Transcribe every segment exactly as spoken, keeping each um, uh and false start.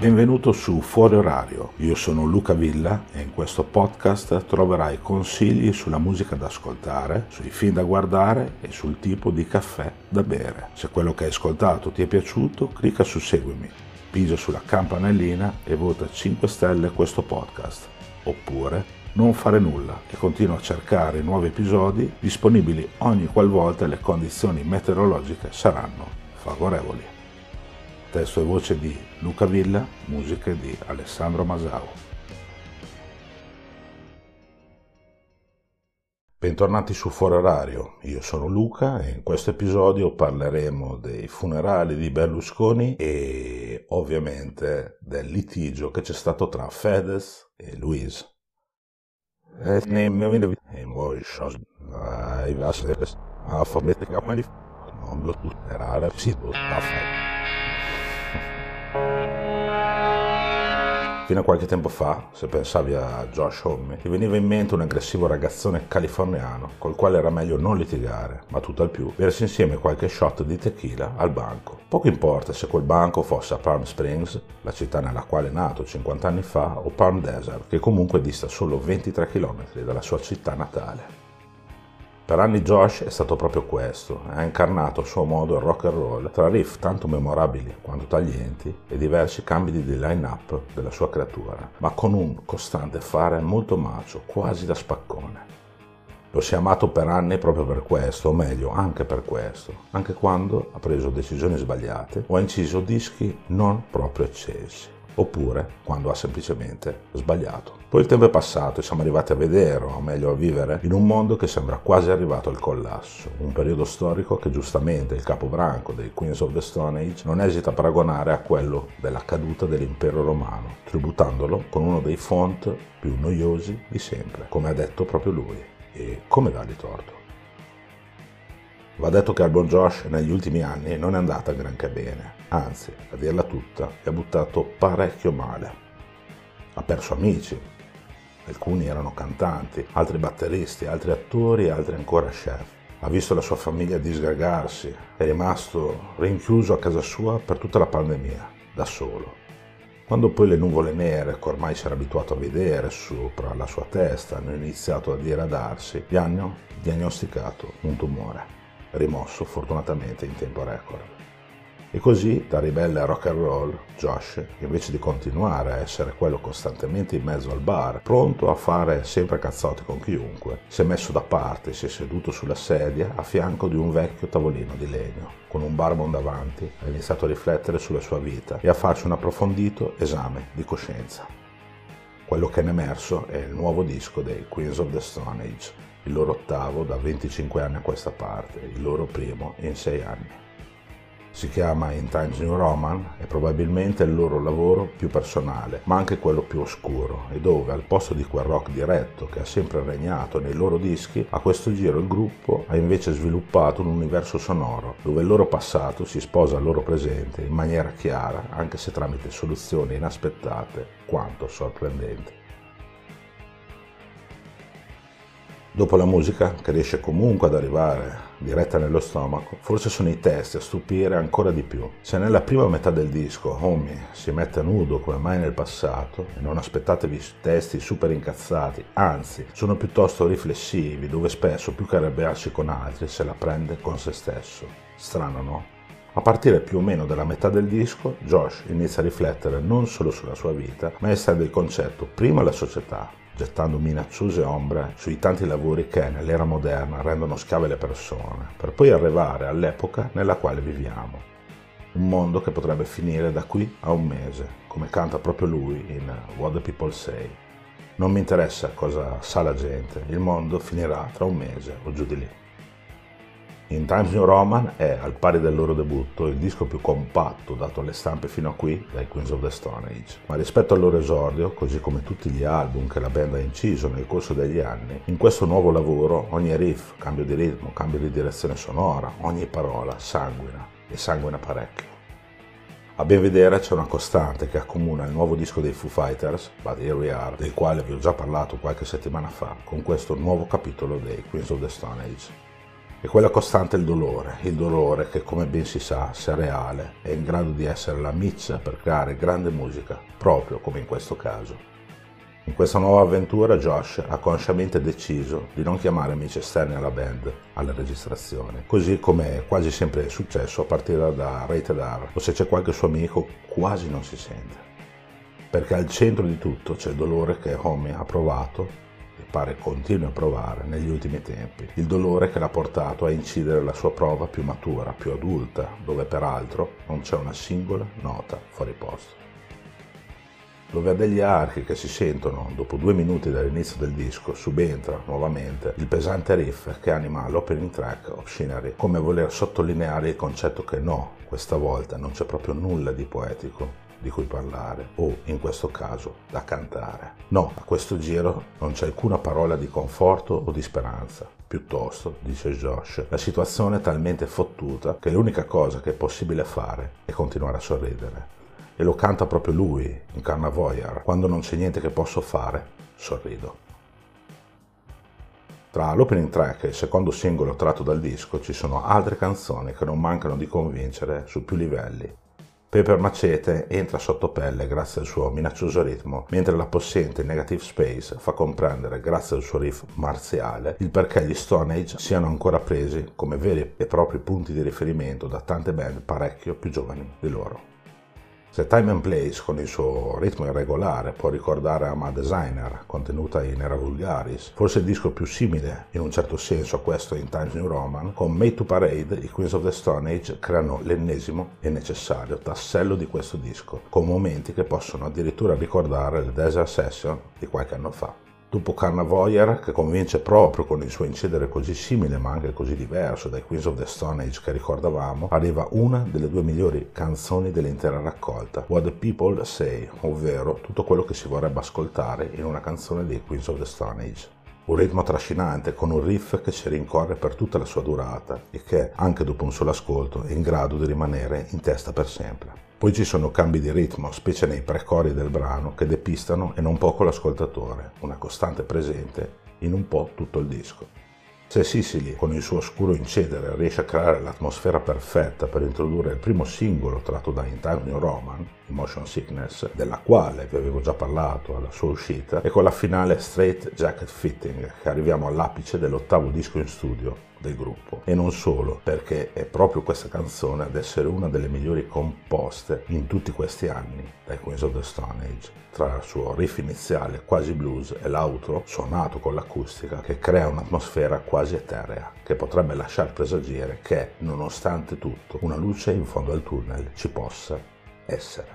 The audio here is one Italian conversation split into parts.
Benvenuto su Fuori Orario, io sono Luca Villa e in questo podcast troverai consigli sulla musica da ascoltare, sui film da guardare e sul tipo di caffè da bere. Se quello che hai ascoltato ti è piaciuto, clicca su Seguimi, pigia sulla campanellina e vota cinque stelle questo podcast. Oppure non fare nulla e continua a cercare nuovi episodi disponibili ogni qualvolta le condizioni meteorologiche saranno favorevoli. Testo e voce di Luca Villa, musiche di Alessandro Masao. Bentornati su Fuori Orario, io sono Luca e in questo episodio parleremo dei funerali di Berlusconi e ovviamente del litigio che c'è stato tra Fedez e Luis. Fino a qualche tempo fa, se pensavi a Josh Homme, ti veniva in mente un aggressivo ragazzone californiano col quale era meglio non litigare, ma tutto al più bersi insieme qualche shot di tequila al banco. Poco importa se quel banco fosse a Palm Springs, la città nella quale è nato cinquanta anni fa, o Palm Desert, che comunque dista solo ventitré chilometri dalla sua città natale. Per anni Josh è stato proprio questo, ha incarnato a suo modo il rock and roll tra riff tanto memorabili quanto taglienti e diversi cambi di line-up della sua creatura, ma con un costante fare molto macio, quasi da spaccone. Lo si è amato per anni proprio per questo, o meglio, anche per questo, anche quando ha preso decisioni sbagliate o ha inciso dischi non proprio eccessi. Oppure quando ha semplicemente sbagliato. Poi il tempo è passato e siamo arrivati a vedere, o meglio a vivere, in un mondo che sembra quasi arrivato al collasso, un periodo storico che giustamente il capobranco dei Queens of the Stone Age non esita a paragonare a quello della caduta dell'impero romano, tributandolo con uno dei font più noiosi di sempre, come ha detto proprio lui. E come dargli torto? Va detto che al buon Josh negli ultimi anni non è andata granché bene, anzi, a dirla tutta, gli ha buttato parecchio male. Ha perso amici, alcuni erano cantanti, altri batteristi, altri attori e altri ancora chef. Ha visto la sua famiglia disgregarsi, è rimasto rinchiuso a casa sua per tutta la pandemia, da solo. Quando poi le nuvole nere, che ormai si era abituato a vedere sopra la sua testa, hanno iniziato a diradarsi, gli hanno diagnosticato un tumore, rimosso fortunatamente in tempo record. E così, da ribelle rock and roll, Josh, invece di continuare a essere quello costantemente in mezzo al bar, pronto a fare sempre cazzotti con chiunque, si è messo da parte e si è seduto sulla sedia a fianco di un vecchio tavolino di legno. Con un barbon davanti, ha iniziato a riflettere sulla sua vita e a farsi un approfondito esame di coscienza. Quello che è emerso è il nuovo disco dei Queens of the Stone Age, il loro ottavo da venticinque anni a questa parte, il loro primo in sei anni. Si chiama In Times New Roman, è probabilmente il loro lavoro più personale, ma anche quello più oscuro, e dove al posto di quel rock diretto che ha sempre regnato nei loro dischi, a questo giro il gruppo ha invece sviluppato un universo sonoro, dove il loro passato si sposa al loro presente in maniera chiara, anche se tramite soluzioni inaspettate quanto sorprendenti. Dopo la musica, che riesce comunque ad arrivare diretta nello stomaco, forse sono i testi a stupire ancora di più. Se nella prima metà del disco Homme si mette a nudo come mai nel passato, e non aspettatevi testi super incazzati, anzi, sono piuttosto riflessivi, dove spesso più che arrabbiarsi con altri se la prende con se stesso. Strano, no? A partire più o meno dalla metà del disco, Josh inizia a riflettere non solo sulla sua vita, ma estende il concetto prima alla società, gettando minacciose ombre sui tanti lavori che nell'era moderna rendono schiave le persone, per poi arrivare all'epoca nella quale viviamo. Un mondo che potrebbe finire da qui a un mese, come canta proprio lui in What the People Say. Non mi interessa cosa sa la gente, il mondo finirà tra un mese o giù di lì. In Times New Roman è, al pari del loro debutto, il disco più compatto dato alle stampe fino a qui dai Queens of the Stone Age. Ma rispetto al loro esordio, così come tutti gli album che la band ha inciso nel corso degli anni, in questo nuovo lavoro ogni riff, cambio di ritmo, cambio di direzione sonora, ogni parola sanguina, e sanguina parecchio. A ben vedere c'è una costante che accomuna il nuovo disco dei Foo Fighters, But Here We Are, del quale vi ho già parlato qualche settimana fa, con questo nuovo capitolo dei Queens of the Stone Age. E quella costante è il dolore, il dolore che, come ben si sa, se reale, è in grado di essere la miccia per creare grande musica, proprio come in questo caso. In questa nuova avventura Josh ha consciamente deciso di non chiamare amici esterni alla band alle registrazioni, così come quasi sempre è successo a partire da Rated R, o se c'è qualche suo amico quasi non si sente. Perché al centro di tutto c'è il dolore che Homme ha provato e pare continui a provare negli ultimi tempi, il dolore che l'ha portato a incidere la sua prova più matura, più adulta, dove peraltro non c'è una singola nota fuori posto. Dove a degli archi che si sentono dopo due minuti dall'inizio del disco subentra nuovamente il pesante riff che anima l'opening track of Scenery, come voler sottolineare il concetto che no, questa volta non c'è proprio nulla di poetico di cui parlare o, in questo caso, da cantare. No, a questo giro non c'è alcuna parola di conforto o di speranza. Piuttosto, dice Josh, la situazione è talmente fottuta che l'unica cosa che è possibile fare è continuare a sorridere. E lo canta proprio lui, in Carnavoyeur, quando non c'è niente che posso fare, sorrido. Tra l'opening track e il secondo singolo tratto dal disco ci sono altre canzoni che non mancano di convincere su più livelli. Paper Machete entra sotto pelle grazie al suo minaccioso ritmo, mentre la possente Negative Space fa comprendere, grazie al suo riff marziale, il perché gli Stone Age siano ancora presi come veri e propri punti di riferimento da tante band parecchio più giovani di loro. Se Time and Place con il suo ritmo irregolare può ricordare Ama Designer, contenuta in Era Vulgaris, forse il disco più simile in un certo senso a questo in Times New Roman, con Made to Parade i Queens of the Stone Age creano l'ennesimo e necessario tassello di questo disco, con momenti che possono addirittura ricordare le Desert Session di qualche anno fa. Dopo Carnavoyeur, che convince proprio con il suo incedere così simile ma anche così diverso dai Queens of the Stone Age che ricordavamo, arriva una delle due migliori canzoni dell'intera raccolta, What the People Say, ovvero tutto quello che si vorrebbe ascoltare in una canzone dei Queens of the Stone Age. Un ritmo trascinante con un riff che ci rincorre per tutta la sua durata e che, anche dopo un solo ascolto, è in grado di rimanere in testa per sempre. Poi ci sono cambi di ritmo, specie nei pre-cori del brano, che depistano e non poco l'ascoltatore, una costante presente in un po' tutto il disco. Se Sicily, con il suo oscuro incedere, riesce a creare l'atmosfera perfetta per introdurre il primo singolo tratto da In Times New Roman, Motion Sickness, della quale vi avevo già parlato alla sua uscita, e con la finale Straight Jacket Fitting, che arriviamo all'apice dell'ottavo disco in studio del gruppo. E non solo, perché è proprio questa canzone ad essere una delle migliori composte in tutti questi anni dai Queens of the Stone Age, tra il suo riff iniziale quasi blues e l'outro suonato con l'acustica che crea un'atmosfera quasi eterea, che potrebbe lasciar presagire che, nonostante tutto, una luce in fondo al tunnel ci possa essere.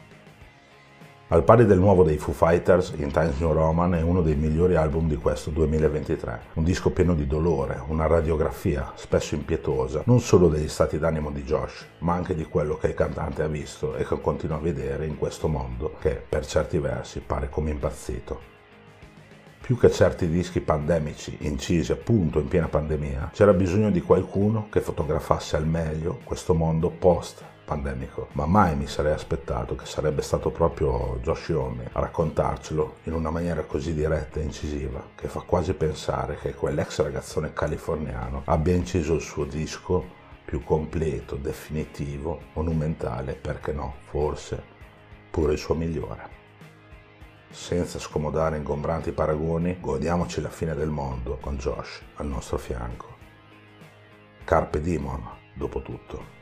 Al pari del nuovo dei Foo Fighters, In Times New Roman è uno dei migliori album di questo duemilaventitré, un disco pieno di dolore, una radiografia spesso impietosa, non solo degli stati d'animo di Josh, ma anche di quello che il cantante ha visto e che continua a vedere in questo mondo che, per certi versi, pare come impazzito. Più che certi dischi pandemici incisi appunto in piena pandemia, c'era bisogno di qualcuno che fotografasse al meglio questo mondo post pandemico, ma mai mi sarei aspettato che sarebbe stato proprio Josh Homme a raccontarcelo in una maniera così diretta e incisiva che fa quasi pensare che quell'ex ragazzone californiano abbia inciso il suo disco più completo, definitivo, monumentale, perché no, forse pure il suo migliore. Senza scomodare ingombranti paragoni, godiamoci la fine del mondo con Josh al nostro fianco. Carpe Diem, dopo tutto.